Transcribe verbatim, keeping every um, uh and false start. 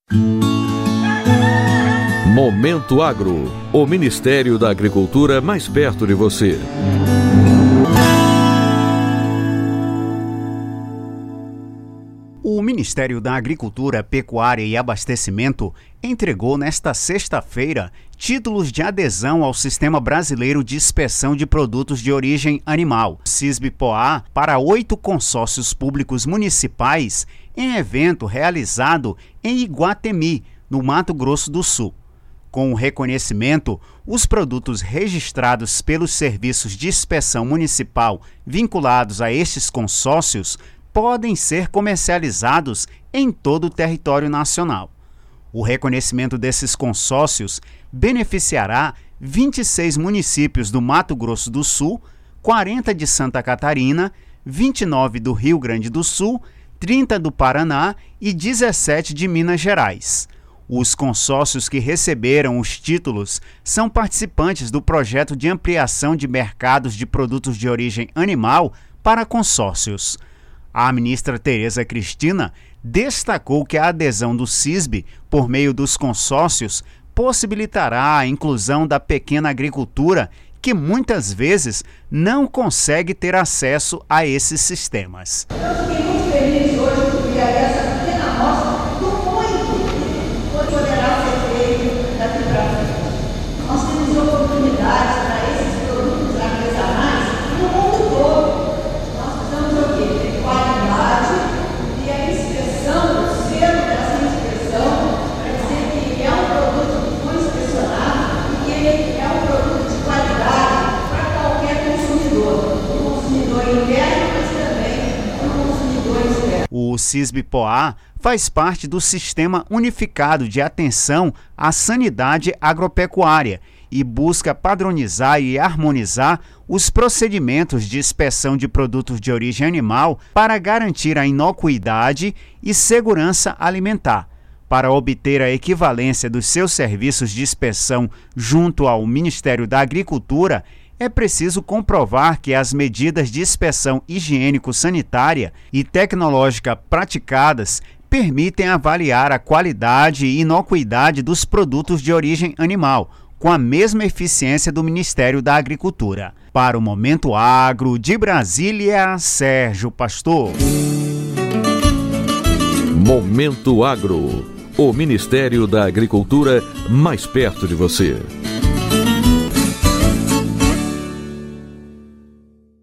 Momento Agro, o Ministério da Agricultura mais perto de você. O Ministério da Agricultura, Pecuária e Abastecimento entregou nesta sexta-feira títulos de adesão ao Sistema Brasileiro de Inspeção de Produtos de Origem Animal, SISB-Poá, para oito consórcios públicos municipais em evento realizado em Iguatemi, no Mato Grosso do Sul. Com o reconhecimento, os produtos registrados pelos serviços de inspeção municipal vinculados a estes consórcios podem ser comercializados em todo o território nacional. O reconhecimento desses consórcios beneficiará vinte e seis municípios do Mato Grosso do Sul, quarenta de Santa Catarina, vinte e nove do Rio Grande do Sul, trinta do Paraná e dezessete de Minas Gerais. Os consórcios que receberam os títulos são participantes do projeto de ampliação de mercados de produtos de origem animal para consórcios. A ministra Tereza Cristina destacou que a adesão do SISB, por meio dos consórcios, possibilitará a inclusão da pequena agricultura, que muitas vezes não consegue ter acesso a esses sistemas. Eu fiquei muito feliz hoje porque essa pequena amostra do muito que poderá ser feito daqui para frente. Nós temos oportunidades para esses produtos artesanais no mundo todo. Nós precisamos o quê? Ter qualidade e a inspeção, o selo dessa inspeção, para dizer que é um produto que foi inspecionado e que ele é um produto de qualidade para qualquer consumidor. O consumidor interno, mas também o consumidor externo. O SISB-Poá faz parte do Sistema Unificado de Atenção à Sanidade Agropecuária e busca padronizar e harmonizar os procedimentos de inspeção de produtos de origem animal para garantir a inocuidade e segurança alimentar. Para obter a equivalência dos seus serviços de inspeção junto ao Ministério da Agricultura, é preciso comprovar que as medidas de inspeção higiênico-sanitária e tecnológica praticadas permitem avaliar a qualidade e inocuidade dos produtos de origem animal, com a mesma eficiência do Ministério da Agricultura. Para o Momento Agro, de Brasília, Sérgio Pastor. Momento Agro, o Ministério da Agricultura mais perto de você.